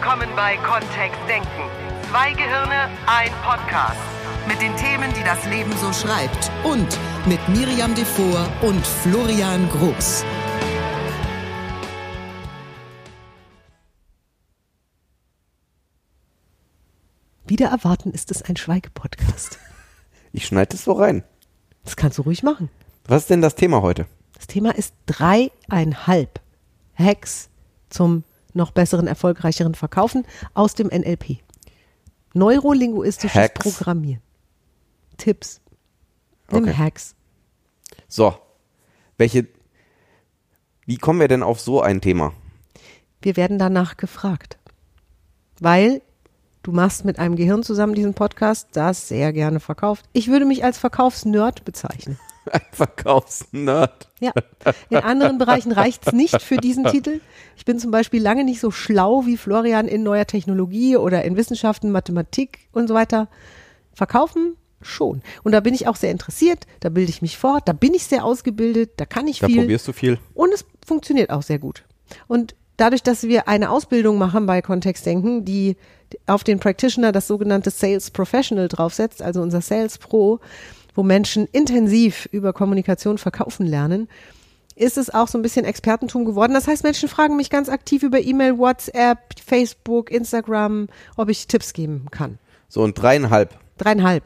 willkommen bei Kontext Denken. 2 Gehirne, ein Podcast. Mit den Themen, die das Leben so schreibt. Und mit Miriam Devor und Florian Groß. Wieder erwarten ist es ein Schweigepodcast. Ich schneide es so rein. Das kannst du ruhig machen. Was ist denn das Thema heute? Das Thema ist 3,5 Hacks zum noch besseren, erfolgreicheren Verkaufen aus dem NLP. Neurolinguistisches Hacks. Programmieren. Tipps. Nimm Okay. Hacks. So, wie kommen wir denn auf so ein Thema? Wir werden danach gefragt. Weil du machst mit einem Gehirn zusammen diesen Podcast, das sehr gerne verkauft. Ich würde mich als Verkaufsnerd bezeichnen. Ein Verkaufsnerd. Ja, in anderen Bereichen reicht es nicht für diesen Titel. Ich bin zum Beispiel lange nicht so schlau wie Florian in neuer Technologie oder in Wissenschaften, Mathematik und so weiter. Verkaufen schon. Und da bin ich auch sehr interessiert, da bilde ich mich fort, da bin ich sehr ausgebildet, da kann ich Da viel. probierst du viel. Und es funktioniert auch sehr gut. Und dadurch, dass wir eine Ausbildung machen bei Kontextdenken, die auf den Practitioner das sogenannte Sales Professional draufsetzt, also unser Sales Pro, wo Menschen intensiv über Kommunikation verkaufen lernen, ist es auch so ein bisschen Expertentum geworden. Das heißt, Menschen fragen mich ganz aktiv über E-Mail, WhatsApp, Facebook, Instagram, ob ich Tipps geben kann. So, und 3,5. 3,5.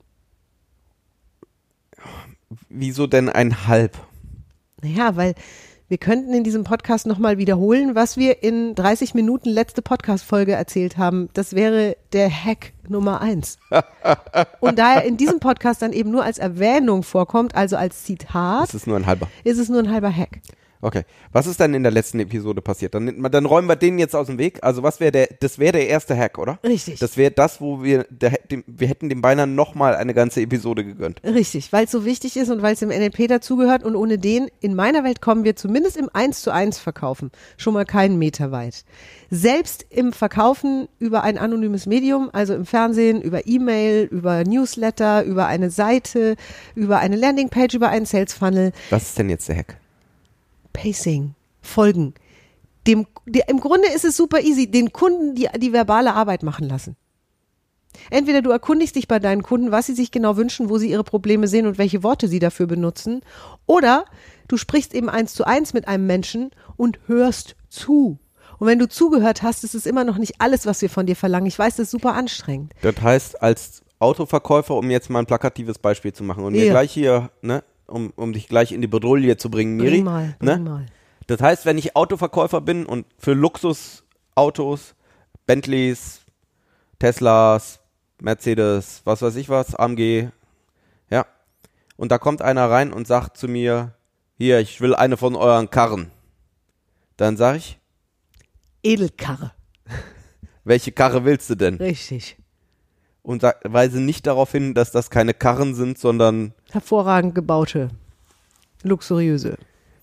Wieso denn 1,5? Naja, weil wir könnten in diesem Podcast nochmal wiederholen, was wir in 30 Minuten letzte Podcast-Folge erzählt haben. Das wäre der Hack Nummer 1. Und da er in diesem Podcast dann eben nur als Erwähnung vorkommt, also als Zitat, Das ist nur ein halber. ist es nur ein halber Hack. Okay. Was ist denn in der letzten Episode passiert? Dann räumen wir den jetzt aus dem Weg. Also das wäre der erste Hack, oder? Richtig. Das wäre das, wo wir hätten dem beinahe nochmal eine ganze Episode gegönnt. Richtig, weil es so wichtig ist und weil es im NLP dazugehört und ohne den, in meiner Welt kommen wir zumindest im 1:1 Verkaufen schon mal keinen Meter weit. Selbst im Verkaufen über ein anonymes Medium, also im Fernsehen, über E-Mail, über Newsletter, über eine Seite, über eine Landingpage, über einen Sales Funnel, Was ist denn jetzt der Hack? Pacing, Folgen. Im Grunde ist es super easy, den Kunden die verbale Arbeit machen lassen. Entweder du erkundigst dich bei deinen Kunden, was sie sich genau wünschen, wo sie ihre Probleme sehen und welche Worte sie dafür benutzen. Oder du sprichst eben 1:1 mit einem Menschen und hörst zu. Und wenn du zugehört hast, ist es immer noch nicht alles, was wir von dir verlangen. Ich weiß, das ist super anstrengend. Das heißt, als Autoverkäufer, um jetzt mal ein plakatives Beispiel zu machen und mir Ja. gleich hier, ne, um dich gleich in die Bredouille zu bringen, Miri. Bring ne? mal. Das heißt, wenn ich Autoverkäufer bin und für Luxusautos, Bentleys, Teslas, Mercedes, was weiß ich was, AMG, ja, und da kommt einer rein und sagt zu mir, hier, ich will eine von euren Karren. Dann sage ich, Edelkarre. welche Karre willst du denn? Richtig. Und weise nicht darauf hin, dass das keine Karren sind, sondern Hervorragend gebaute, luxuriöse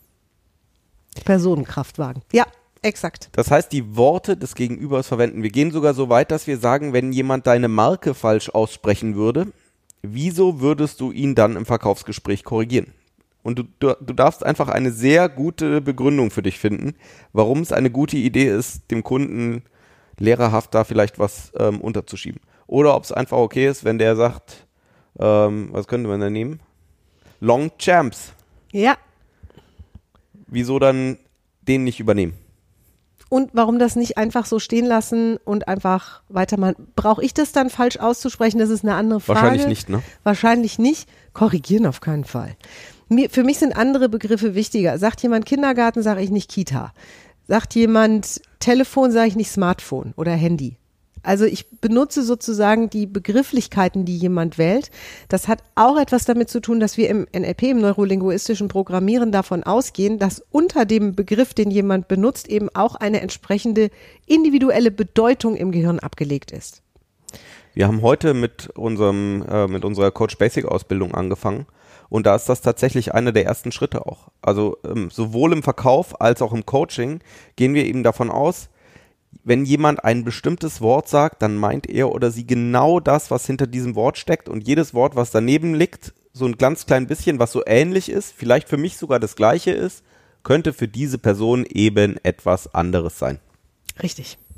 Personenkraftwagen. Ja, exakt. das heißt, die Worte des Gegenübers verwenden. Wir gehen sogar so weit, dass wir sagen, wenn jemand deine Marke falsch aussprechen würde, wieso würdest du ihn dann im Verkaufsgespräch korrigieren? Und du darfst einfach eine sehr gute Begründung für dich finden, warum es eine gute Idee ist, dem Kunden lehrerhaft da vielleicht was unterzuschieben. Oder ob es einfach okay ist, wenn der sagt, was könnte man da nehmen? Long Champs. Ja. Wieso dann den nicht übernehmen? Und warum das nicht einfach so stehen lassen und einfach weitermachen? Brauche ich das dann falsch auszusprechen? Das ist eine andere Frage. Wahrscheinlich nicht, ne? Wahrscheinlich nicht. Korrigieren auf keinen Fall. Für mich sind andere Begriffe wichtiger. Sagt jemand Kindergarten, sage ich nicht Kita. Sagt jemand Telefon, sage ich nicht Smartphone oder Handy. Also ich benutze sozusagen die Begrifflichkeiten, die jemand wählt. Das hat auch etwas damit zu tun, dass wir im NLP, im neurolinguistischen Programmieren davon ausgehen, dass unter dem Begriff, den jemand benutzt, eben auch eine entsprechende individuelle Bedeutung im Gehirn abgelegt ist. Wir haben heute mit unserer Coach Basic Ausbildung angefangen und da ist das tatsächlich einer der ersten Schritte auch. Also sowohl im Verkauf als auch im Coaching gehen wir eben davon aus, wenn jemand ein bestimmtes Wort sagt, dann meint er oder sie genau das, was hinter diesem Wort steckt und jedes Wort, was daneben liegt, so ein ganz klein bisschen, was so ähnlich ist, vielleicht für mich sogar das Gleiche ist, könnte für diese Person eben etwas anderes sein. Richtig.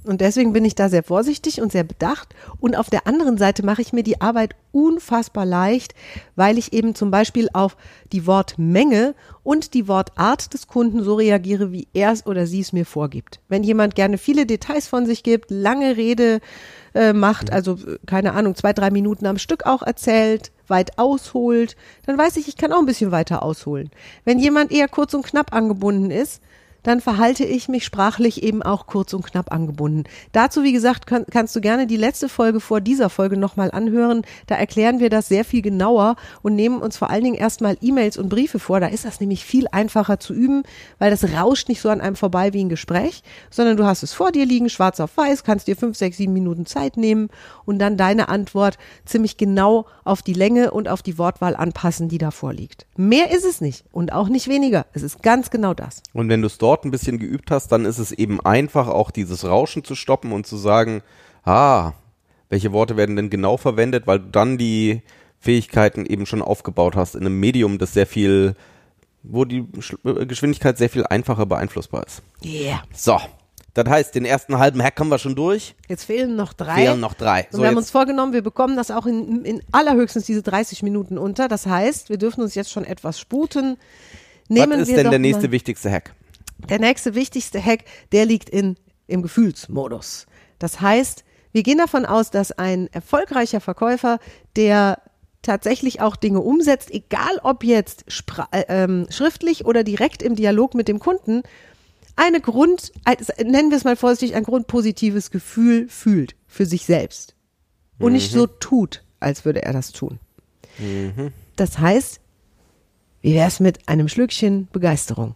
Und deswegen bin ich da sehr vorsichtig und sehr bedacht. Und auf der anderen Seite mache ich mir die Arbeit unfassbar leicht, weil ich eben zum Beispiel auf die Wortmenge und die Wortart des Kunden so reagiere, wie er es oder sie es mir vorgibt. Wenn jemand gerne viele Details von sich gibt, lange Rede macht, also keine Ahnung, 2-3 Minuten am Stück auch erzählt, weit ausholt, dann weiß ich kann auch ein bisschen weiter ausholen. Wenn jemand eher kurz und knapp angebunden ist, dann verhalte ich mich sprachlich eben auch kurz und knapp angebunden. Dazu, wie gesagt, kannst du gerne die letzte Folge vor dieser Folge nochmal anhören. Da erklären wir das sehr viel genauer und nehmen uns vor allen Dingen erstmal E-Mails und Briefe vor. Da ist das nämlich viel einfacher zu üben, weil das rauscht nicht so an einem vorbei wie ein Gespräch, sondern du hast es vor dir liegen, schwarz auf weiß, kannst dir 5, 6, 7 Minuten Zeit nehmen und dann deine Antwort ziemlich genau auf die Länge und auf die Wortwahl anpassen, die da vorliegt. Mehr ist es nicht und auch nicht weniger. Es ist ganz genau das. Und wenn du es dort ein bisschen geübt hast, dann ist es eben einfach, auch dieses Rauschen zu stoppen und zu sagen, welche Worte werden denn genau verwendet, weil du dann die Fähigkeiten eben schon aufgebaut hast in einem Medium, das sehr viel, wo die Geschwindigkeit sehr viel einfacher beeinflussbar ist. Yeah. So, das heißt, den ersten halben Hack haben wir schon durch. Jetzt fehlen noch 3. Und so, wir haben uns vorgenommen, wir bekommen das auch in allerhöchstens diese 30 Minuten unter. Das heißt, wir dürfen uns jetzt schon etwas sputen. Was ist denn der nächste wichtigste Hack? Der nächste wichtigste Hack, der liegt im Gefühlsmodus. Das heißt, wir gehen davon aus, dass ein erfolgreicher Verkäufer, der tatsächlich auch Dinge umsetzt, egal ob jetzt schriftlich oder direkt im Dialog mit dem Kunden, nennen wir es mal vorsichtig, ein grundpositives Gefühl fühlt für sich selbst. Und nicht so tut, als würde er das tun. Das heißt, wie wäre es mit einem Schlückchen Begeisterung?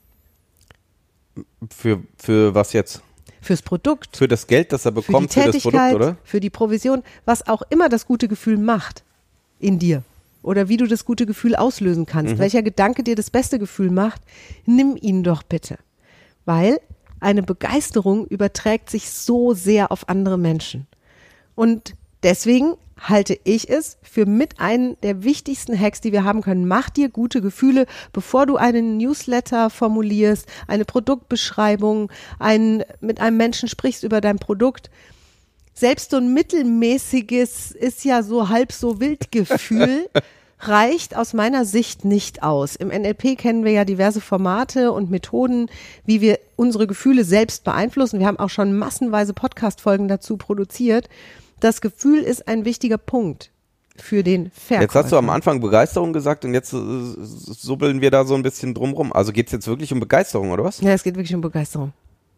Für was jetzt? Fürs Produkt. Für das Geld, das er bekommt, für das Produkt, oder? Für die Provision, was auch immer das gute Gefühl macht in dir. Oder wie du das gute Gefühl auslösen kannst. Welcher Gedanke dir das beste Gefühl macht, nimm ihn doch bitte. Weil eine Begeisterung überträgt sich so sehr auf andere Menschen. Und deswegen halte ich es für mit einen der wichtigsten Hacks, die wir haben können. Mach dir gute Gefühle, bevor du einen Newsletter formulierst, eine Produktbeschreibung, mit einem Menschen sprichst über dein Produkt. Selbst so ein mittelmäßiges, ist ja so halb so wild Gefühl, reicht aus meiner Sicht nicht aus. Im NLP kennen wir ja diverse Formate und Methoden, wie wir unsere Gefühle selbst beeinflussen. Wir haben auch schon massenweise Podcast-Folgen dazu produziert. Das Gefühl ist ein wichtiger Punkt für den Verkäufer. Jetzt hast du am Anfang Begeisterung gesagt und jetzt subbeln wir da so ein bisschen drumrum. Also geht es jetzt wirklich um Begeisterung, oder was? Ja, es geht wirklich um Begeisterung.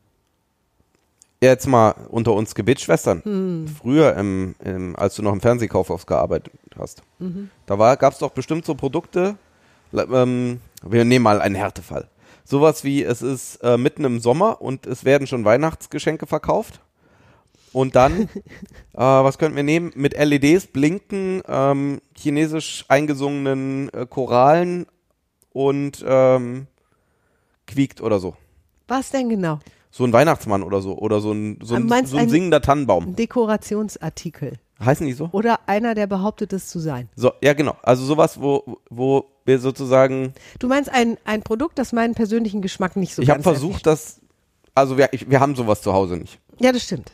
Jetzt mal unter uns Gebetsschwestern. Früher, als du noch im Fernsehkaufhaus gearbeitet hast, da gab es doch bestimmt so Produkte, wir nehmen mal einen Härtefall. Sowas wie, es ist mitten im Sommer und es werden schon Weihnachtsgeschenke verkauft. Und dann, was könnten wir nehmen? Mit LEDs blinken, chinesisch eingesungenen Choralen und quiekt oder so. Was denn genau? So ein Weihnachtsmann oder so. Oder so ein singender Tannenbaum. Ein Dekorationsartikel. Heißen die so? Oder einer, der behauptet, es zu sein. So, ja genau. Also sowas, wo wir sozusagen... Du meinst ein Produkt, das meinen persönlichen Geschmack nicht so Ich habe versucht, also wir haben sowas zu Hause nicht. Ja, das stimmt.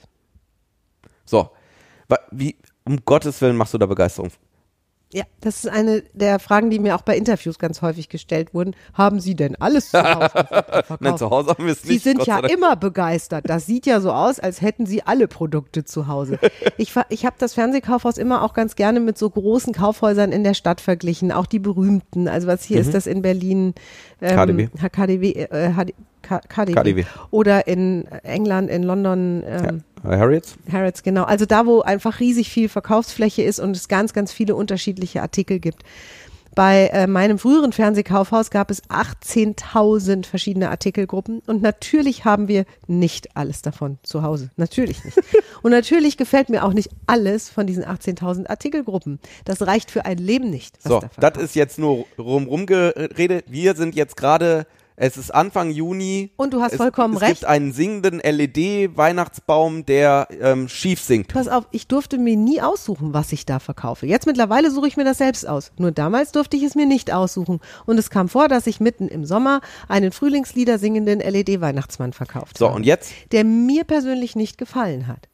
So, wie um Gottes Willen machst du da Begeisterung? Ja, das ist eine der Fragen, die mir auch bei Interviews ganz häufig gestellt wurden. Haben Sie denn alles zu Hause verkauft? Nein, zu Hause haben wir es nicht. Sie sind ja immer begeistert. Das sieht ja so aus, als hätten Sie alle Produkte zu Hause. Ich habe das Fernsehkaufhaus immer auch ganz gerne mit so großen Kaufhäusern in der Stadt verglichen, auch die berühmten. Also was hier ist das in Berlin? KDW. Oder in England, in London. Harrods, genau. Also da, wo einfach riesig viel Verkaufsfläche ist und es ganz, ganz viele unterschiedliche Artikel gibt. Bei meinem früheren Fernsehkaufhaus gab es 18.000 verschiedene Artikelgruppen und natürlich haben wir nicht alles davon zu Hause. Natürlich nicht. Und natürlich gefällt mir auch nicht alles von diesen 18.000 Artikelgruppen. Das reicht für ein Leben nicht. So, das ist jetzt nur rumgeredet. Wir sind jetzt gerade Es ist Anfang Juni. Und du hast vollkommen recht. Es recht. gibt einen singenden LED-Weihnachtsbaum, der schief singt. Pass auf, ich durfte mir nie aussuchen, was ich da verkaufe. Jetzt mittlerweile suche ich mir das selbst aus. Nur damals durfte ich es mir nicht aussuchen. Und es kam vor, dass ich mitten im Sommer einen Frühlingslieder singenden LED-Weihnachtsmann verkauft habe. So, und jetzt? Der mir persönlich nicht gefallen hat.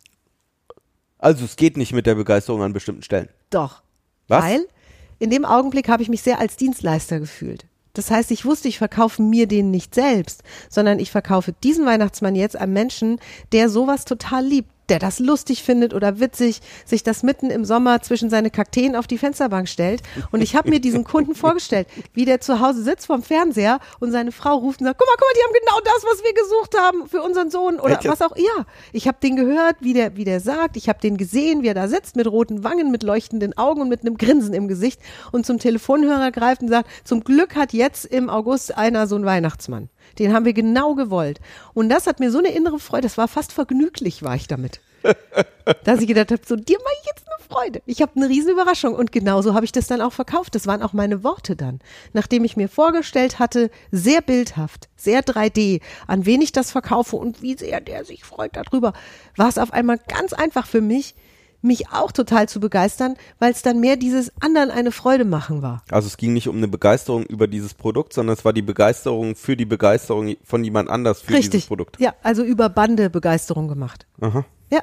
Also es geht nicht mit der Begeisterung an bestimmten Stellen. Doch. Was? Weil in dem Augenblick habe ich mich sehr als Dienstleister gefühlt. Das heißt, ich wusste, ich verkaufe mir den nicht selbst, sondern ich verkaufe diesen Weihnachtsmann jetzt einem Menschen, der sowas total liebt, der das lustig findet oder witzig, sich das mitten im Sommer zwischen seine Kakteen auf die Fensterbank stellt. Und ich habe mir diesen Kunden vorgestellt, wie der zu Hause sitzt vorm Fernseher und seine Frau ruft und sagt, guck mal, die haben genau das, was wir gesucht haben für unseren Sohn oder was auch. Ja, ich habe den gehört, wie der sagt, ich habe den gesehen, wie er da sitzt mit roten Wangen, mit leuchtenden Augen und mit einem Grinsen im Gesicht und zum Telefonhörer greift und sagt, zum Glück hat jetzt im August einer so einen Weihnachtsmann. Den haben wir genau gewollt. Und das hat mir so eine innere Freude, das war fast vergnüglich, war ich damit. Dass ich gedacht habe, so, dir mache ich jetzt eine Freude. Ich habe eine riesen Überraschung und genauso habe ich das dann auch verkauft. Das waren auch meine Worte dann. Nachdem ich mir vorgestellt hatte, sehr bildhaft, sehr 3D, an wen ich das verkaufe und wie sehr der sich freut darüber, war es auf einmal ganz einfach für mich auch total zu begeistern, weil es dann mehr dieses anderen eine Freude machen war. Also es ging nicht um eine Begeisterung über dieses Produkt, sondern es war die Begeisterung für die Begeisterung von jemand anders für dieses Produkt. Ja, also über Bande Begeisterung gemacht. Aha. Ja.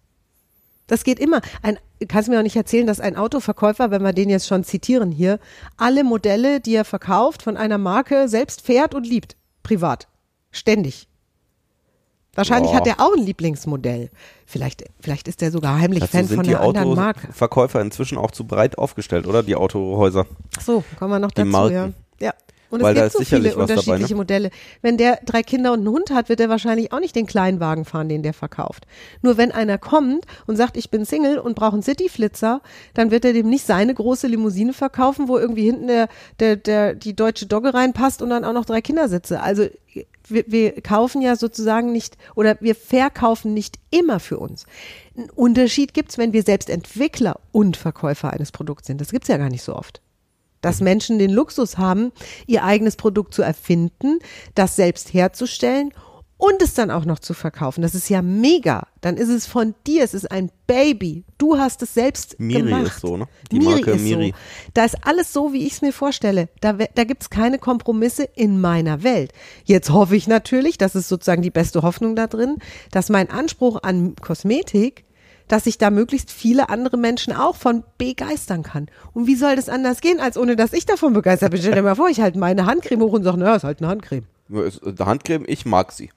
Das geht immer. Kannst mir auch nicht erzählen, dass ein Autoverkäufer, wenn wir den jetzt schon zitieren hier, alle Modelle, die er verkauft von einer Marke, selbst fährt und liebt. Privat. Ständig. Wahrscheinlich hat er auch ein Lieblingsmodell. Vielleicht ist er sogar heimlich Fan von einer anderen Marke. Sind die Autoverkäufer inzwischen auch zu breit aufgestellt, oder? Die Autohäuser. Ach so, kommen wir noch dazu, Marken. ja. Und Weil es gibt so viele was unterschiedliche dabei, ne? Modelle. Wenn der 3 Kinder und einen Hund hat, wird er wahrscheinlich auch nicht den kleinen Wagen fahren, den der verkauft. Nur wenn einer kommt und sagt, ich bin Single und brauche einen Cityflitzer, dann wird er dem nicht seine große Limousine verkaufen, wo irgendwie hinten die deutsche Dogge reinpasst und dann auch noch 3 Kindersitze. Also wir kaufen ja sozusagen nicht oder wir verkaufen nicht immer für uns. Einen Unterschied gibt's, wenn wir selbst Entwickler und Verkäufer eines Produkts sind. Das gibt's ja gar nicht so oft. Dass Menschen den Luxus haben, ihr eigenes Produkt zu erfinden, das selbst herzustellen und es dann auch noch zu verkaufen. Das ist ja mega. Dann ist es von dir, es ist ein Baby. Du hast es selbst Miri gemacht. Ist so, ne? Die Marke ist Miri. So. Da ist alles so, wie ich es mir vorstelle. Da gibt's keine Kompromisse in meiner Welt. Jetzt hoffe ich natürlich, das ist sozusagen die beste Hoffnung da drin, dass mein Anspruch an Kosmetik, dass ich da möglichst viele andere Menschen auch von begeistern kann. Und wie soll das anders gehen, als ohne dass ich davon begeistert bin? Stell dir mal vor, ich halte meine Handcreme hoch und sage, naja, ist halt eine Handcreme. Handcreme, ich mag sie.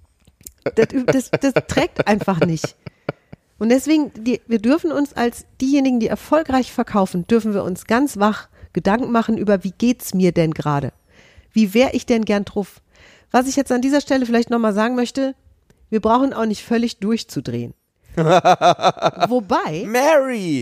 Das trägt einfach nicht. Und deswegen, wir dürfen uns als diejenigen, die erfolgreich verkaufen, dürfen wir uns ganz wach Gedanken machen über, wie geht's mir denn gerade? Wie wäre ich denn gern drauf? Was ich jetzt an dieser Stelle vielleicht nochmal sagen möchte, wir brauchen auch nicht völlig durchzudrehen. Wobei, Mary!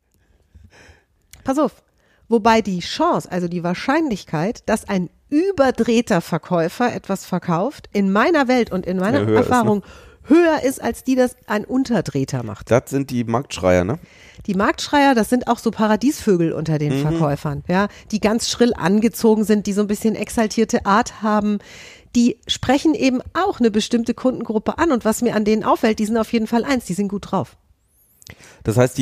pass auf, wobei die Chance, also die Wahrscheinlichkeit, dass ein überdrehter Verkäufer etwas verkauft, in meiner Welt und in meiner Erfahrung höher ist, als die das ein Unterdrehter macht. Das sind die Marktschreier, ne? Die Marktschreier, das sind auch so Paradiesvögel unter den Verkäufern, ja, die ganz schrill angezogen sind, die so ein bisschen exaltierte Art haben. Die sprechen eben auch eine bestimmte Kundengruppe an und was mir an denen auffällt, die sind auf jeden Fall eins, die sind gut drauf. Das heißt,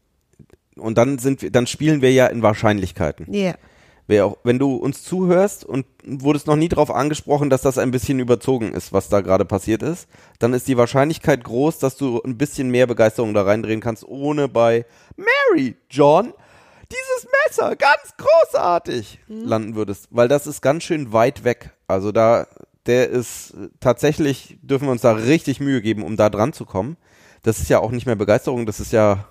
dann spielen wir ja in Wahrscheinlichkeiten. Ja. Wenn du uns zuhörst und wurdest noch nie darauf angesprochen, dass das ein bisschen überzogen ist, was da gerade passiert ist, dann ist die Wahrscheinlichkeit groß, dass du ein bisschen mehr Begeisterung da reindrehen kannst, ohne bei Mary, John, dieses Messer, ganz großartig, landen würdest. Weil das ist ganz schön weit weg. Also der ist tatsächlich, dürfen wir uns da richtig Mühe geben, um da dran zu kommen. Das ist ja auch nicht mehr Begeisterung, das ist ja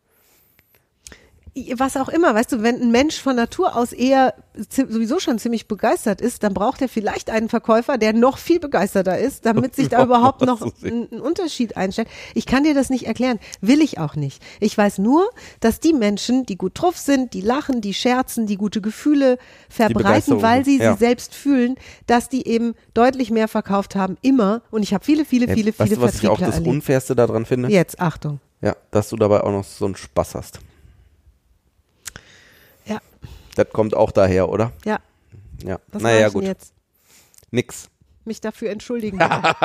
Was auch immer, weißt du, wenn ein Mensch von Natur aus eher sowieso schon ziemlich begeistert ist, dann braucht er vielleicht einen Verkäufer, der noch viel begeisterter ist, damit sich da überhaupt noch ein Unterschied einstellt. Ich kann dir das nicht erklären, will ich auch nicht. Ich weiß nur, dass die Menschen, die gut drauf sind, die lachen, die scherzen, die gute Gefühle verbreiten, weil sie selbst fühlen, dass die eben deutlich mehr verkauft haben, immer. Und ich habe viele weißt du, was Vertriebler ich auch das erlebt. Unfairste daran finde? Jetzt, Achtung. Ja, dass du dabei auch noch so einen Spaß hast. Ja. Das kommt auch daher, oder? Ja. Ja. Was Naja, mach ich gut. denn jetzt? Nix. Mich dafür entschuldigen.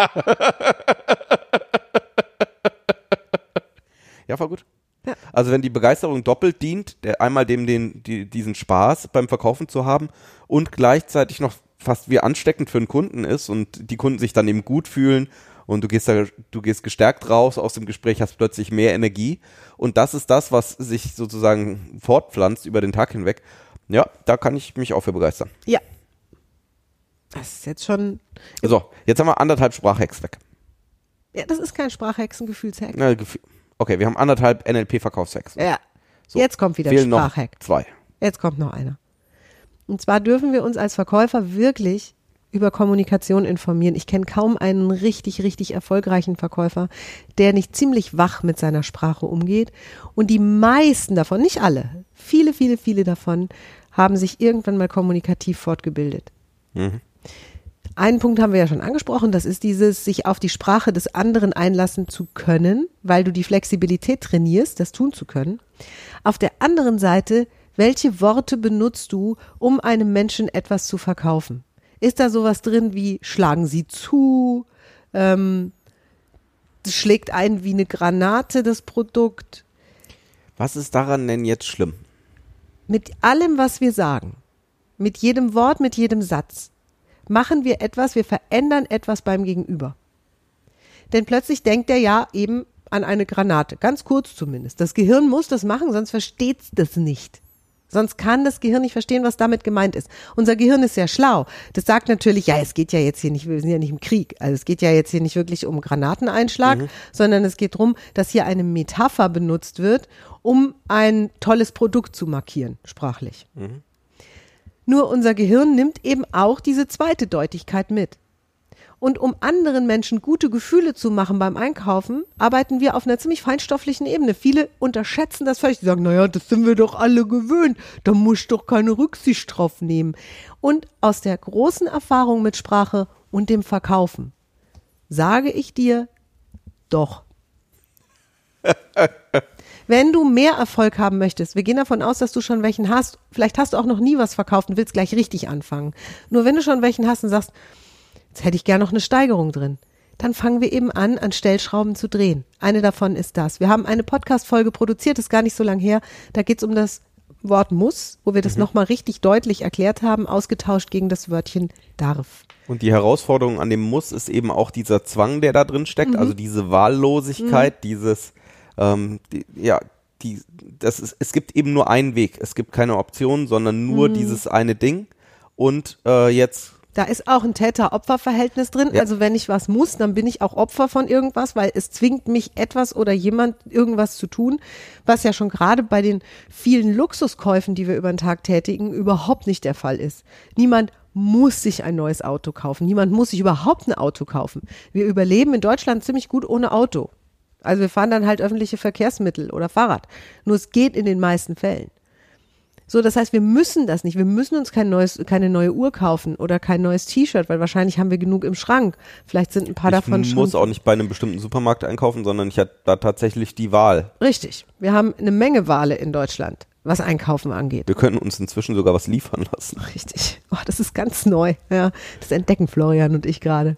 Ja, war gut. Ja. Also wenn die Begeisterung doppelt dient, einmal diesen Spaß beim Verkaufen zu haben und gleichzeitig noch fast wie ansteckend für einen Kunden ist und die Kunden sich dann eben gut fühlen und du gehst gestärkt raus aus dem Gespräch, hast plötzlich mehr Energie und das ist das, was sich sozusagen fortpflanzt über den Tag hinweg. Ja, da kann ich mich auch für begeistern. Ja. Das ist jetzt schon... So, jetzt haben wir 1,5 Sprachhacks weg. Ja, das ist kein Sprachhack, ein Gefühlshack. Okay, wir haben 1,5 NLP-Verkaufshacks. Ja. So, Jetzt kommt wieder ein fehlen noch Sprachhack. 2. Jetzt kommt noch einer. Und zwar dürfen wir uns als Verkäufer wirklich über Kommunikation informieren. Ich kenne kaum einen richtig, richtig erfolgreichen Verkäufer, der nicht ziemlich wach mit seiner Sprache umgeht. Und die meisten davon, nicht alle, viele, viele, viele davon haben sich irgendwann mal kommunikativ fortgebildet. Mhm. Einen Punkt haben wir ja schon angesprochen, das ist dieses, sich auf die Sprache des anderen einlassen zu können, weil du die Flexibilität trainierst, das tun zu können. Auf der anderen Seite, welche Worte benutzt du, um einem Menschen etwas zu verkaufen? Ist da sowas drin wie, schlagen Sie zu, schlägt ein wie eine Granate das Produkt? Was ist daran denn jetzt schlimm? Mit allem, was wir sagen, mit jedem Wort, mit jedem Satz, machen wir etwas, wir verändern etwas beim Gegenüber. Denn plötzlich denkt er ja eben an eine Granate, ganz kurz zumindest. Das Gehirn muss das machen, sonst versteht es das nicht. Sonst kann das Gehirn nicht verstehen, was damit gemeint ist. Unser Gehirn ist sehr schlau. Das sagt natürlich, ja, es geht ja jetzt hier nicht, wir sind ja nicht im Krieg. Also es geht ja jetzt hier nicht wirklich um Granateneinschlag, sondern es geht darum, dass hier eine Metapher benutzt wird, um ein tolles Produkt zu markieren, sprachlich. Nur unser Gehirn nimmt eben auch diese zweite Deutlichkeit mit. Und um anderen Menschen gute Gefühle zu machen beim Einkaufen, arbeiten wir auf einer ziemlich feinstofflichen Ebene. Viele unterschätzen das völlig. Die sagen, naja, das sind wir doch alle gewöhnt. Da muss ich doch keine Rücksicht drauf nehmen. Und aus der großen Erfahrung mit Sprache und dem Verkaufen sage ich dir, doch. Wenn du mehr Erfolg haben möchtest, wir gehen davon aus, dass du schon welchen hast, vielleicht hast du auch noch nie was verkauft und willst gleich richtig anfangen. Nur wenn du schon welchen hast und sagst, jetzt hätte ich gerne noch eine Steigerung drin, dann fangen wir eben an Stellschrauben zu drehen. Eine davon ist das. Wir haben eine Podcast-Folge produziert, ist gar nicht so lang her, da geht es um das Wort muss, wo wir das nochmal richtig deutlich erklärt haben, ausgetauscht gegen das Wörtchen darf. Und die Herausforderung an dem Muss ist eben auch dieser Zwang, der da drin steckt, also diese Wahllosigkeit, dieses es gibt eben nur einen Weg. Es gibt keine Option, sondern nur dieses eine Ding. Und jetzt... Da ist auch ein Täter-Opfer-Verhältnis drin. Ja. Also wenn ich was muss, dann bin ich auch Opfer von irgendwas, weil es zwingt mich etwas oder jemand irgendwas zu tun, was ja schon gerade bei den vielen Luxuskäufen, die wir über den Tag tätigen, überhaupt nicht der Fall ist. Niemand muss sich ein neues Auto kaufen. Niemand muss sich überhaupt ein Auto kaufen. Wir überleben in Deutschland ziemlich gut ohne Auto. Also wir fahren dann halt öffentliche Verkehrsmittel oder Fahrrad. Nur es geht in den meisten Fällen. So, das heißt, wir müssen das nicht. Wir müssen uns keine neue Uhr kaufen oder kein neues T-Shirt, weil wahrscheinlich haben wir genug im Schrank. Vielleicht sind ein paar davon schon. Ich muss auch nicht bei einem bestimmten Supermarkt einkaufen, sondern ich habe da tatsächlich die Wahl. Richtig. Wir haben eine Menge Wale in Deutschland, was Einkaufen angeht. Wir können uns inzwischen sogar was liefern lassen. Richtig. Oh, das ist ganz neu. Ja, das entdecken Florian und ich gerade.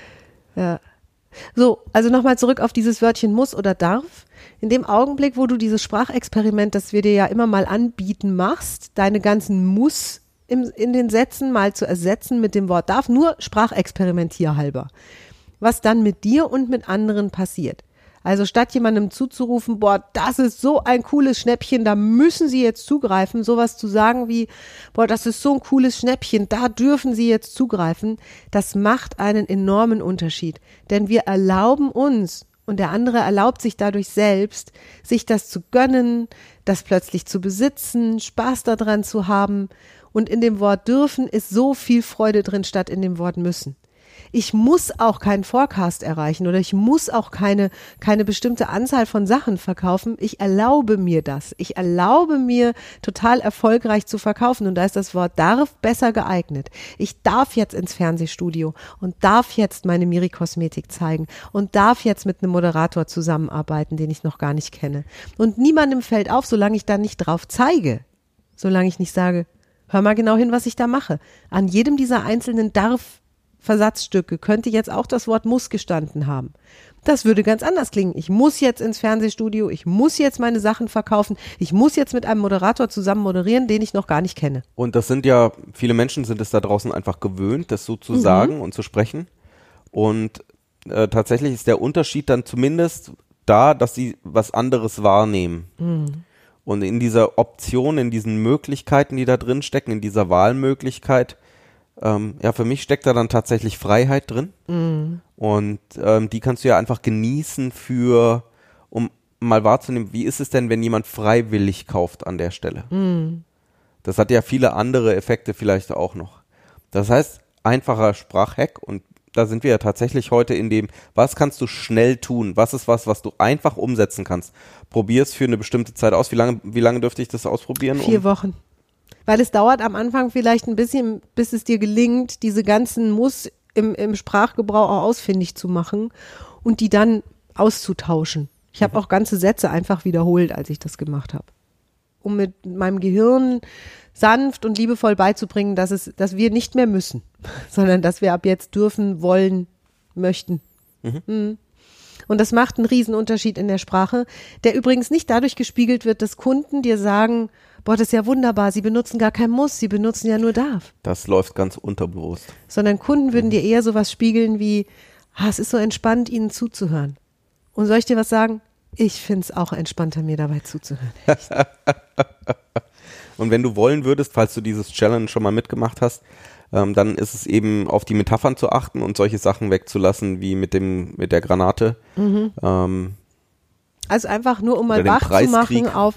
Ja. So, also nochmal zurück auf dieses Wörtchen muss oder darf. In dem Augenblick, wo du dieses Sprachexperiment, das wir dir ja immer mal anbieten, machst, deine ganzen muss in den Sätzen mal zu ersetzen mit dem Wort darf, nur Sprachexperimentierhalber. Was dann mit dir und mit anderen passiert. Also statt jemandem zuzurufen, boah, das ist so ein cooles Schnäppchen, da müssen Sie jetzt zugreifen, sowas zu sagen wie, boah, das ist so ein cooles Schnäppchen, da dürfen Sie jetzt zugreifen, das macht einen enormen Unterschied. Denn wir erlauben uns, und der andere erlaubt sich dadurch selbst, sich das zu gönnen, das plötzlich zu besitzen, Spaß daran zu haben. Und in dem Wort dürfen ist so viel Freude drin, statt in dem Wort müssen. Ich muss auch keinen Forecast erreichen oder ich muss auch keine bestimmte Anzahl von Sachen verkaufen. Ich erlaube mir das. Ich erlaube mir, total erfolgreich zu verkaufen. Und da ist das Wort darf besser geeignet. Ich darf jetzt ins Fernsehstudio und darf jetzt meine Miri-Kosmetik zeigen und darf jetzt mit einem Moderator zusammenarbeiten, den ich noch gar nicht kenne. Und niemandem fällt auf, solange ich da nicht drauf zeige, solange ich nicht sage, hör mal genau hin, was ich da mache. An jedem dieser einzelnen darf Versatzstücke könnte jetzt auch das Wort muss gestanden haben. Das würde ganz anders klingen. Ich muss jetzt ins Fernsehstudio, ich muss jetzt meine Sachen verkaufen, ich muss jetzt mit einem Moderator zusammen moderieren, den ich noch gar nicht kenne. Und das sind ja, viele Menschen sind es da draußen einfach gewöhnt, das so zu sagen und zu sprechen. Und tatsächlich ist der Unterschied dann zumindest da, dass sie was anderes wahrnehmen. Und in dieser Option, in diesen Möglichkeiten, die da drin stecken, in dieser Wahlmöglichkeit, für mich steckt da dann tatsächlich Freiheit drin. Und die kannst du ja einfach genießen um mal wahrzunehmen, wie ist es denn, wenn jemand freiwillig kauft an der Stelle? Das hat ja viele andere Effekte vielleicht auch noch. Das heißt, einfacher Sprachhack, und da sind wir ja tatsächlich heute in dem, was kannst du schnell tun? Was ist was du einfach umsetzen kannst? Probier es für eine bestimmte Zeit aus. Wie lange dürfte ich das ausprobieren? 4 Wochen. Weil es dauert am Anfang vielleicht ein bisschen, bis es dir gelingt, diese ganzen Muss im Sprachgebrauch auch ausfindig zu machen und die dann auszutauschen. Ich habe auch ganze Sätze einfach wiederholt, als ich das gemacht habe. Um mit meinem Gehirn sanft und liebevoll beizubringen, dass wir nicht mehr müssen, sondern dass wir ab jetzt dürfen, wollen, möchten. Und das macht einen Riesenunterschied in der Sprache, der übrigens nicht dadurch gespiegelt wird, dass Kunden dir sagen, boah, das ist ja wunderbar, sie benutzen gar kein Muss, sie benutzen ja nur darf. Das läuft ganz unterbewusst. Sondern Kunden würden dir eher sowas spiegeln wie, es ist so entspannt, ihnen zuzuhören. Und soll ich dir was sagen? Ich finde es auch entspannter, mir dabei zuzuhören. Und wenn du wollen würdest, falls du dieses Challenge schon mal mitgemacht hast, dann ist es eben auf die Metaphern zu achten und solche Sachen wegzulassen, wie mit der Granate. Also einfach nur, um mal wach zu machen auf,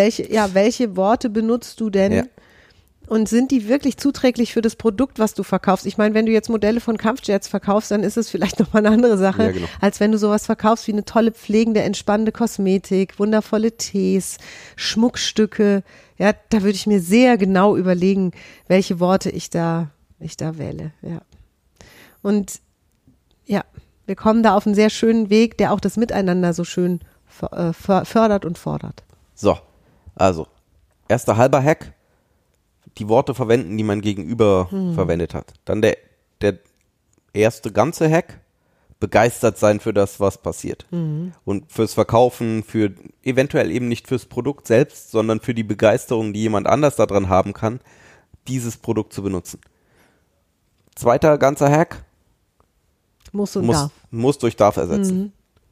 welche Worte benutzt du denn? Ja. Und sind die wirklich zuträglich für das Produkt, was du verkaufst? Ich meine, wenn du jetzt Modelle von Kampfjets verkaufst, dann ist es vielleicht nochmal eine andere Sache, als wenn du sowas verkaufst wie eine tolle pflegende, entspannende Kosmetik, wundervolle Tees, Schmuckstücke. Ja, da würde ich mir sehr genau überlegen, welche Worte ich da wähle. Ja. Und ja, wir kommen da auf einen sehr schönen Weg, der auch das Miteinander so schön fördert und fordert. So, also, erster halber Hack. Die Worte verwenden, die mein Gegenüber verwendet hat. Dann der erste ganze Hack, begeistert sein für das, was passiert. Und fürs Verkaufen, für eventuell eben nicht fürs Produkt selbst, sondern für die Begeisterung, die jemand anders daran haben kann, dieses Produkt zu benutzen. Zweiter ganzer Hack, muss durch darf ersetzen.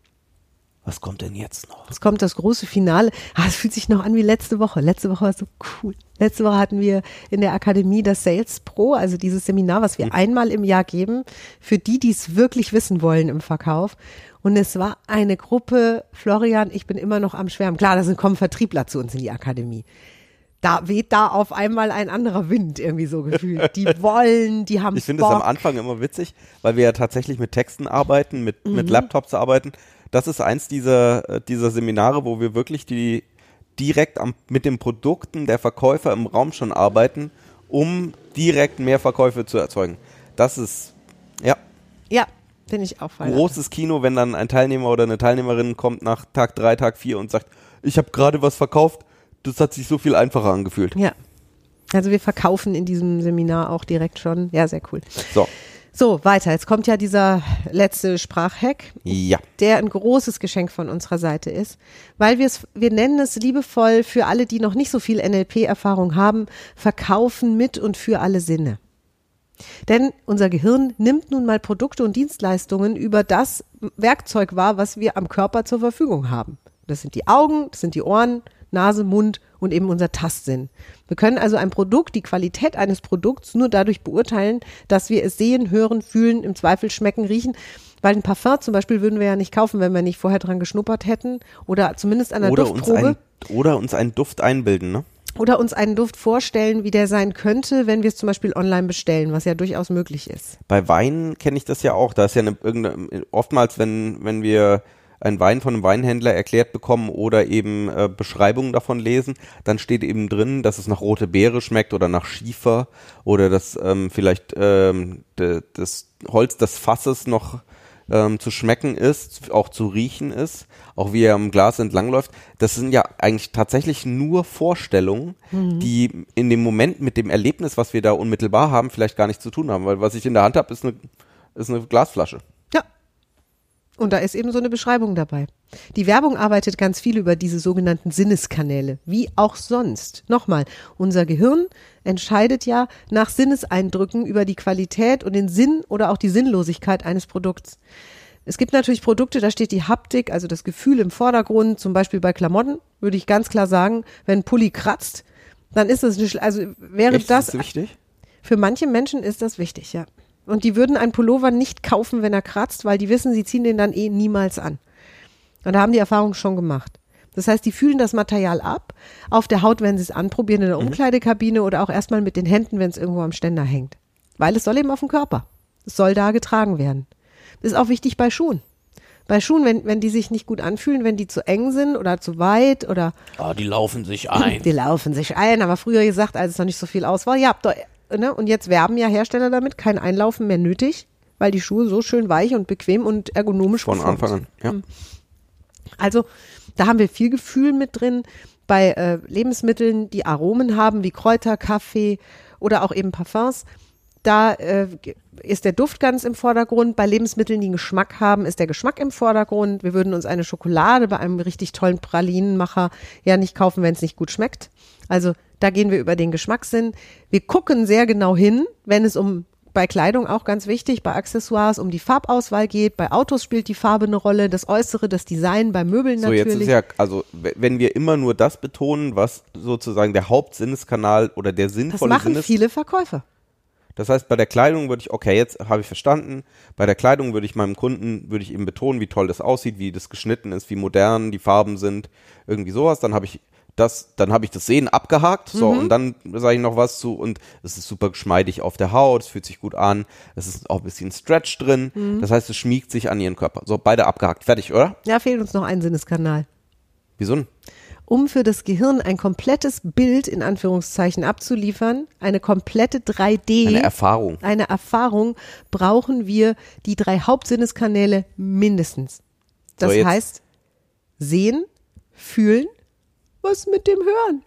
Was kommt denn jetzt noch? Es kommt das große Finale. Es fühlt sich noch an wie letzte Woche. Letzte Woche war so cool. Letzte Woche hatten wir in der Akademie das Sales Pro, also dieses Seminar, was wir einmal im Jahr geben, für die es wirklich wissen wollen im Verkauf. Und es war eine Gruppe, Florian, ich bin immer noch am Schwärmen. Klar, kommen Vertriebler zu uns in die Akademie. Da weht da auf einmal ein anderer Wind irgendwie so gefühlt. Die wollen, die haben Bock. Ich finde es am Anfang immer witzig, weil wir ja tatsächlich mit Texten arbeiten, mit Laptops arbeiten. Das ist eins dieser Seminare, wo wir wirklich direkt mit den Produkten der Verkäufer im Raum schon arbeiten, um direkt mehr Verkäufe zu erzeugen. Das ist, ja. Ja, finde ich auch fein. Großes Kino, wenn dann ein Teilnehmer oder eine Teilnehmerin kommt nach Tag 3, Tag 4 und sagt, ich habe gerade was verkauft, das hat sich so viel einfacher angefühlt. Ja, also wir verkaufen in diesem Seminar auch direkt schon. Ja, sehr cool. So, weiter. Jetzt kommt ja dieser letzte Sprachhack, der ein großes Geschenk von unserer Seite ist, weil wir nennen es liebevoll für alle, die noch nicht so viel NLP-Erfahrung haben, verkaufen mit und für alle Sinne. Denn unser Gehirn nimmt nun mal Produkte und Dienstleistungen über das Werkzeug wahr, was wir am Körper zur Verfügung haben. Das sind die Augen, das sind die Ohren, Nase, Mund und eben unser Tastsinn. Wir können also die Qualität eines Produkts nur dadurch beurteilen, dass wir es sehen, hören, fühlen, im Zweifel schmecken, riechen. Weil ein Parfum zum Beispiel würden wir ja nicht kaufen, wenn wir nicht vorher dran geschnuppert hätten oder zumindest an der Duftprobe. Oder uns einen Duft einbilden, ne? Oder uns einen Duft vorstellen, wie der sein könnte, wenn wir es zum Beispiel online bestellen, was ja durchaus möglich ist. Bei Wein kenne ich das ja auch. Da ist ja oftmals, wenn wir einen Wein von einem Weinhändler erklärt bekommen oder eben Beschreibungen davon lesen, dann steht eben drin, dass es nach rote Beere schmeckt oder nach Schiefer oder dass vielleicht das Holz des Fasses noch zu schmecken ist, auch zu riechen ist, auch wie er im Glas entlangläuft. Das sind ja eigentlich tatsächlich nur Vorstellungen, die in dem Moment mit dem Erlebnis, was wir da unmittelbar haben, vielleicht gar nichts zu tun haben. Weil was ich in der Hand habe, ist eine Glasflasche. Ja. Und da ist eben so eine Beschreibung dabei. Die Werbung arbeitet ganz viel über diese sogenannten Sinneskanäle, wie auch sonst. Nochmal, unser Gehirn entscheidet ja nach Sinneseindrücken über die Qualität und den Sinn oder auch die Sinnlosigkeit eines Produkts. Es gibt natürlich Produkte, da steht die Haptik, also das Gefühl im Vordergrund, zum Beispiel bei Klamotten, würde ich ganz klar sagen, wenn ein Pulli kratzt, dann ist das nicht, also wäre Echt, das ist wichtig? Für manche Menschen ist das wichtig, ja. Und die würden einen Pullover nicht kaufen, wenn er kratzt, weil die wissen, sie ziehen den dann niemals an. Und da haben die Erfahrung schon gemacht. Das heißt, die fühlen das Material ab, auf der Haut, wenn sie es anprobieren in der Umkleidekabine oder auch erstmal mit den Händen, wenn es irgendwo am Ständer hängt. Weil es soll eben auf den Körper. Es soll da getragen werden. Das ist auch wichtig bei Schuhen. Bei Schuhen, wenn die sich nicht gut anfühlen, wenn die zu eng sind oder zu weit oder... Die laufen sich ein. Die laufen sich ein, aber früher gesagt, als es noch nicht so viel Auswahl, ja, ne? Und jetzt werben ja Hersteller damit, kein Einlaufen mehr nötig, weil die Schuhe so schön weich und bequem und ergonomisch Von geformt Anfang an, ja. Also da haben wir viel Gefühl mit drin. Bei Lebensmitteln, die Aromen haben, wie Kräuter, Kaffee oder auch eben Parfums, da ist der Duft ganz im Vordergrund. Bei Lebensmitteln, die einen Geschmack haben, ist der Geschmack im Vordergrund. Wir würden uns eine Schokolade bei einem richtig tollen Pralinenmacher ja nicht kaufen, wenn es nicht gut schmeckt. Also da gehen wir über den Geschmackssinn. Wir gucken sehr genau hin, wenn es bei Kleidung auch ganz wichtig, bei Accessoires um die Farbauswahl geht. Bei Autos spielt die Farbe eine Rolle, das Äußere, das Design, bei Möbeln So, natürlich. jetzt ist ja, also wenn wir immer nur das betonen, was sozusagen der Hauptsinneskanal oder der Das sinnvolle machen viele Verkäufer. Das heißt, bei der Kleidung würde ich, okay, jetzt habe ich verstanden, bei der Kleidung würde ich meinem Kunden, würde ich eben betonen, wie toll das aussieht, wie das geschnitten ist, wie modern die Farben sind, irgendwie sowas, dann habe ich das Sehen abgehakt, so, und dann sage ich noch was zu, und es ist super geschmeidig auf der Haut, es fühlt sich gut an, es ist auch ein bisschen Stretch drin, das heißt, es schmiegt sich an ihren Körper. So, beide abgehakt, fertig, oder? Ja, fehlt uns noch ein Sinneskanal. Wieso denn? Um für das Gehirn ein komplettes Bild in Anführungszeichen abzuliefern, eine komplette 3D, eine Erfahrung, brauchen wir die 3 Hauptsinneskanäle mindestens. Das So, heißt, sehen, fühlen, was mit dem Hören.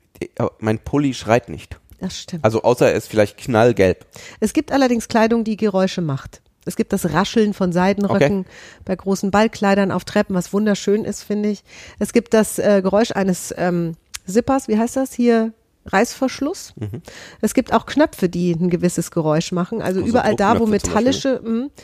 Mein Pulli schreit nicht. Das stimmt. Also außer er ist vielleicht knallgelb. Es gibt allerdings Kleidung, die Geräusche macht. Es gibt das Rascheln von Seidenröcken bei großen Ballkleidern auf Treppen, was wunderschön ist, finde ich. Es gibt das Geräusch eines Zippers, wie heißt das hier? Reißverschluss. Es gibt auch Knöpfe, die ein gewisses Geräusch machen. Also überall da, wo metallische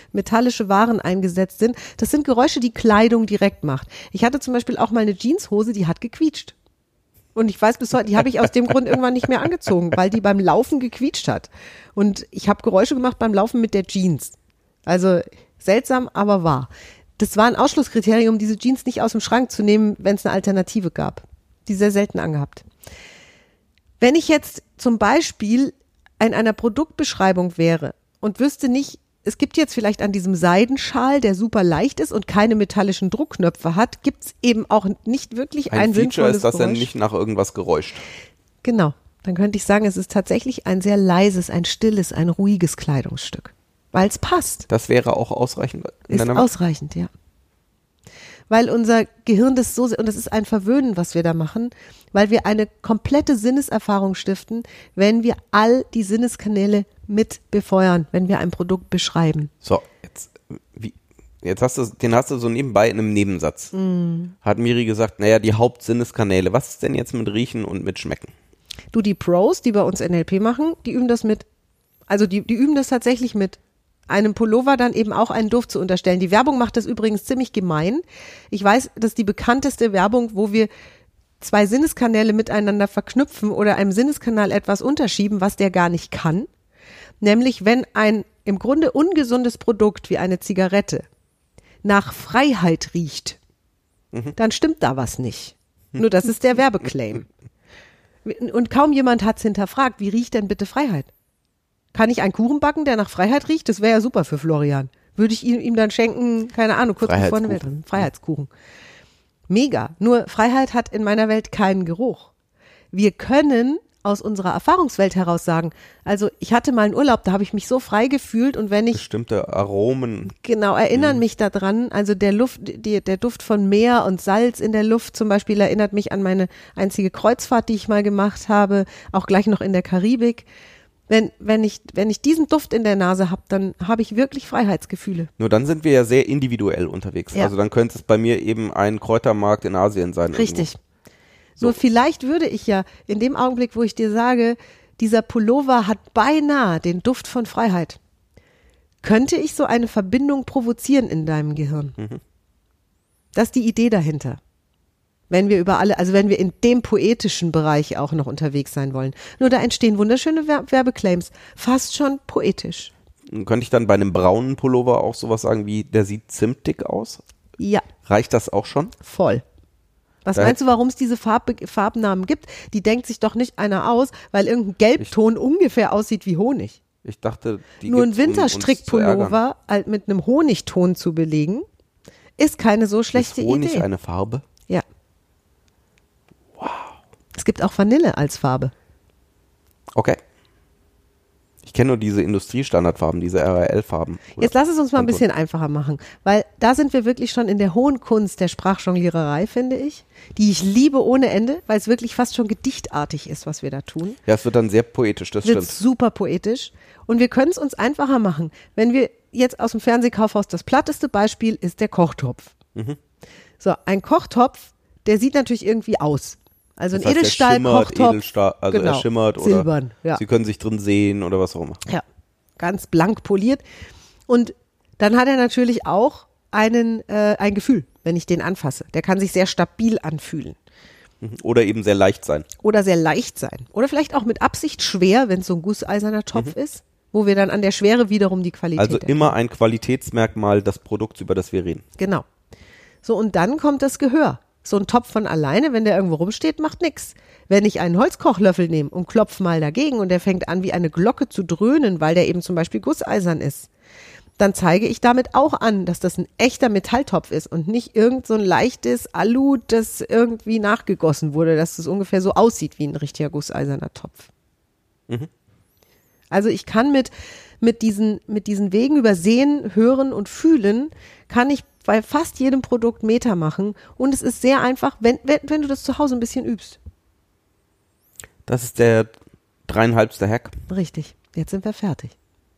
Waren eingesetzt sind. Das sind Geräusche, die Kleidung direkt macht. Ich hatte zum Beispiel auch mal eine Jeanshose, die hat gequietscht. Und ich weiß bis heute, die habe ich aus dem Grund irgendwann nicht mehr angezogen, weil die beim Laufen gequietscht hat. Und ich habe Geräusche gemacht beim Laufen mit der Jeans. Also seltsam, aber wahr. Das war ein Ausschlusskriterium, diese Jeans nicht aus dem Schrank zu nehmen, wenn es eine Alternative gab. Die sehr selten angehabt. Wenn ich jetzt zum Beispiel in einer Produktbeschreibung wäre und wüsste nicht, es gibt jetzt vielleicht an diesem Seidenschal, der super leicht ist und keine metallischen Druckknöpfe hat, gibt es eben auch nicht wirklich ein Feature sinnvolles ist, dass Geräusch. er nicht nach irgendwas geräuscht. Genau. Dann könnte ich sagen, es ist tatsächlich ein sehr leises, ein stilles, ein ruhiges Kleidungsstück. Weil es passt. Das wäre auch ausreichend. Ist ausreichend, ja. Weil unser Gehirn das so, und das ist ein Verwöhnen, was wir da machen, weil wir eine komplette Sinneserfahrung stiften, wenn wir all die Sinneskanäle mit befeuern, wenn wir ein Produkt beschreiben. So, jetzt hast du so nebenbei in einem Nebensatz. Hat Miri gesagt, naja, die Hauptsinneskanäle, was ist denn jetzt mit Riechen und mit Schmecken? Du, die Pros, die bei uns NLP machen, die üben das mit. Also die üben das tatsächlich mit. Einem Pullover dann eben auch einen Duft zu unterstellen. Die Werbung macht das übrigens ziemlich gemein. Ich weiß, das ist die bekannteste Werbung, wo wir 2 Sinneskanäle miteinander verknüpfen oder einem Sinneskanal etwas unterschieben, was der gar nicht kann. Nämlich, wenn ein im Grunde ungesundes Produkt wie eine Zigarette nach Freiheit riecht, dann stimmt da was nicht. Nur das ist der Werbeclaim. Und kaum jemand hat es hinterfragt, wie riecht denn bitte Freiheit? Kann ich einen Kuchen backen, der nach Freiheit riecht? Das wäre ja super für Florian. Würde ich ihm dann schenken, keine Ahnung, kurz bevor eine Welt drin. Freiheitskuchen. Mega. Nur Freiheit hat in meiner Welt keinen Geruch. Wir können aus unserer Erfahrungswelt heraus sagen. Also ich hatte mal einen Urlaub, da habe ich mich so frei gefühlt und wenn ich Bestimmte Aromen. genau erinnern mich daran, also der Duft von Meer und Salz in der Luft zum Beispiel erinnert mich an meine einzige Kreuzfahrt, die ich mal gemacht habe, auch gleich noch in der Karibik. Wenn ich diesen Duft in der Nase habe, dann habe ich wirklich Freiheitsgefühle. Nur dann sind wir ja sehr individuell unterwegs. Ja. Also dann könnte es bei mir eben ein Kräutermarkt in Asien sein. Richtig. Irgendwo. Nur vielleicht würde ich ja in dem Augenblick, wo ich dir sage, dieser Pullover hat beinahe den Duft von Freiheit, könnte ich so eine Verbindung provozieren in deinem Gehirn. Das ist die Idee dahinter. Wenn wir wenn wir in dem poetischen Bereich auch noch unterwegs sein wollen. Nur da entstehen wunderschöne Werbeclaims. Fast schon poetisch. Könnte ich dann bei einem braunen Pullover auch sowas sagen wie, der sieht zimtig aus? Ja, Reicht das auch schon? voll. Was meinst du, warum es diese Farbnamen gibt? Die denkt sich doch nicht einer aus, weil irgendein Gelbton ungefähr aussieht wie Honig. Ich dachte, die Nur ein gibt's, um uns zu ärgern. Winterstrickpullover halt mit einem Honigton zu belegen, ist keine so schlechte Ist Honig Idee. eine Farbe? Ja. Wow. Es gibt auch Vanille als Farbe. Okay. Ich kenne nur diese Industriestandardfarben, diese RAL-Farben. Jetzt lass es uns mal ein bisschen einfacher machen, weil da sind wir wirklich schon in der hohen Kunst der Sprachjongliererei, finde ich, die ich liebe ohne Ende, weil es wirklich fast schon gedichtartig ist, was wir da tun. Ja, es wird dann sehr poetisch, das Wird stimmt. super poetisch und wir können es uns einfacher machen. Wenn wir jetzt aus dem Fernsehkaufhaus, das platteste Beispiel ist der Kochtopf. So, ein Kochtopf, der sieht natürlich irgendwie aus. Also Das ein heißt, Edelstahl-Kochtopf. Also er schimmert oder silbern, ja. Sie können sich drin sehen oder was auch immer. Ja, ganz blank poliert. Und dann hat er natürlich auch ein Gefühl, wenn ich den anfasse. Der kann sich sehr stabil anfühlen. Oder eben sehr leicht sein. Oder sehr leicht sein. Oder vielleicht auch mit Absicht schwer, wenn es so ein gusseiserner Topf ist, wo wir dann an der Schwere wiederum die Qualität Also erkennen. immer ein Qualitätsmerkmal des Produkts, über das wir reden. Genau. So, und dann kommt das Gehör. So ein Topf von alleine, wenn der irgendwo rumsteht, macht nix. Wenn ich einen Holzkochlöffel nehme und klopf mal dagegen und der fängt an, wie eine Glocke zu dröhnen, weil der eben zum Beispiel gusseisern ist, dann zeige ich damit auch an, dass das ein echter Metalltopf ist und nicht irgend so ein leichtes Alu, das irgendwie nachgegossen wurde, dass das ungefähr so aussieht wie ein richtiger gusseiserner Topf. Also ich kann mit diesen Wegen über Sehen, Hören und Fühlen, kann ich bei fast jedem Produkt Meter machen und es ist sehr einfach, wenn du das zu Hause ein bisschen übst. Das ist der 3,5. Hack. Richtig, jetzt sind wir fertig.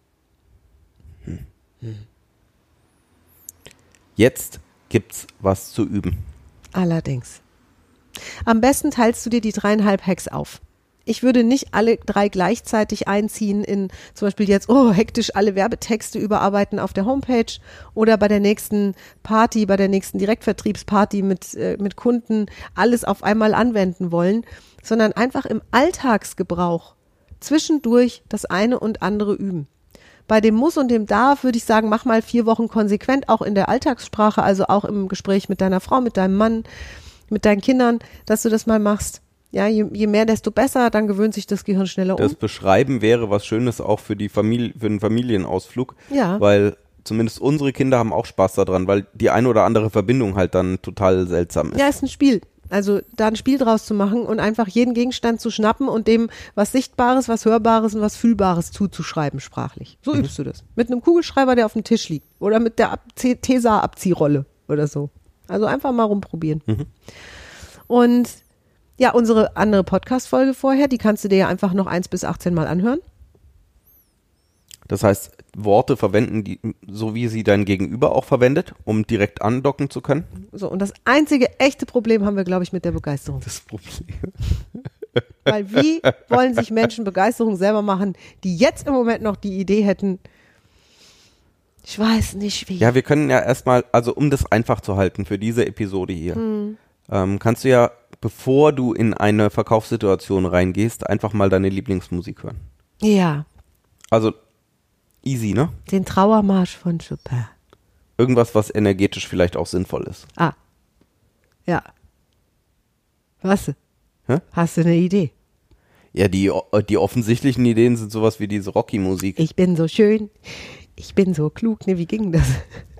Jetzt gibt's was zu üben. Allerdings. Am besten teilst du dir die 3,5 Hacks auf. Ich würde nicht alle 3 gleichzeitig einziehen in zum Beispiel jetzt, hektisch alle Werbetexte überarbeiten auf der Homepage oder bei der nächsten Party, bei der nächsten Direktvertriebsparty mit Kunden alles auf einmal anwenden wollen, sondern einfach im Alltagsgebrauch zwischendurch das eine und andere üben. Bei dem Muss und dem Darf würde ich sagen, mach mal 4 Wochen konsequent, auch in der Alltagssprache, also auch im Gespräch mit deiner Frau, mit deinem Mann, mit deinen Kindern, dass du das mal machst. Ja, je mehr, desto besser, dann gewöhnt sich das Gehirn schneller um. Das Beschreiben wäre was Schönes auch für den Familienausflug, Ja. weil zumindest unsere Kinder haben auch Spaß daran, weil die eine oder andere Verbindung halt dann total seltsam ist. Ja, ist ein Spiel. Also da ein Spiel draus zu machen und einfach jeden Gegenstand zu schnappen und dem was Sichtbares, was Hörbares und was Fühlbares zuzuschreiben sprachlich. So übst du das. Mit einem Kugelschreiber, der auf dem Tisch liegt. Oder mit der Tesa-Abziehrolle oder so. Also einfach mal rumprobieren. Und ja, unsere andere Podcast-Folge vorher, die kannst du dir ja einfach noch 1 bis 18 Mal anhören. Das heißt, Worte verwenden, so wie sie dein Gegenüber auch verwendet, um direkt andocken zu können. So, und das einzige echte Problem haben wir, glaube ich, mit der Begeisterung. Das Problem. Weil wie wollen sich Menschen Begeisterung selber machen, die jetzt im Moment noch die Idee hätten, ich weiß nicht wie. Ja, wir können ja erstmal, also um das einfach zu halten für diese Episode hier, kannst du ja, bevor du in eine Verkaufssituation reingehst, einfach mal deine Lieblingsmusik hören. Ja, Also easy, ne? den Trauermarsch von Chopin. Irgendwas, was energetisch vielleicht auch sinnvoll ist. Ah, ja. Was? Hä? Hast du eine Idee? Ja, die offensichtlichen Ideen sind sowas wie diese Rocky-Musik. Ich bin so schön, ich bin so klug. Ne, wie ging das?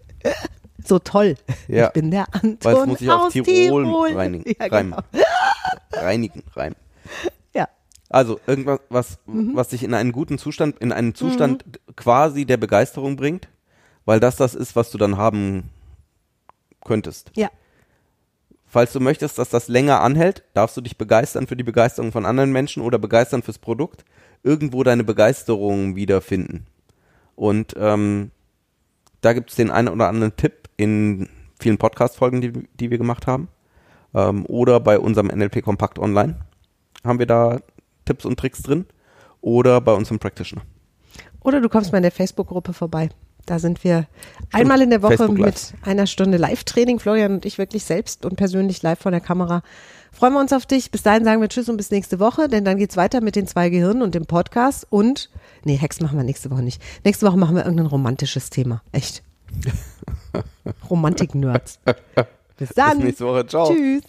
So toll. Ja. Ich bin der Anton Weil es muss ich auf aus Tirol Tirol. reinigen. Ja, Reimen. genau. Reinigen, reimen. Ja. Also irgendwas, was dich in einen guten Zustand, in einen Zustand quasi der Begeisterung bringt, weil das ist, was du dann haben könntest. Ja. Falls du möchtest, dass das länger anhält, darfst du dich begeistern für die Begeisterung von anderen Menschen oder begeistern fürs Produkt, irgendwo deine Begeisterung wiederfinden. Und da gibt es den einen oder anderen Tipp in vielen Podcast-Folgen, die wir gemacht haben. Oder bei unserem NLP Kompakt Online haben wir da Tipps und Tricks drin. Oder bei unserem Practitioner. Oder du kommst mal in der Facebook-Gruppe vorbei. Da sind wir einmal in der Woche mit einer Stunde Live-Training. Florian und ich wirklich selbst und persönlich live vor der Kamera. Freuen wir uns auf dich. Bis dahin sagen wir Tschüss und bis nächste Woche, denn dann geht's weiter mit den 2 Gehirnen und dem Podcast. Und, Hex machen wir nächste Woche nicht. Nächste Woche machen wir irgendein romantisches Thema. Echt. Romantik-Nerds. Bis dann. Bis nächste Woche. Ciao. Tschüss.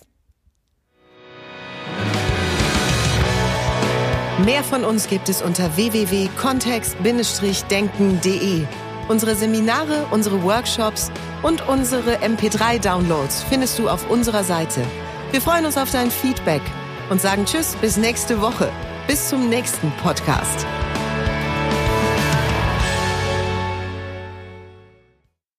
Mehr von uns gibt es unter www.kontext-denken.de. Unsere Seminare, unsere Workshops und unsere MP3-Downloads findest du auf unserer Seite. Wir freuen uns auf dein Feedback und sagen Tschüss bis nächste Woche. Bis zum nächsten Podcast.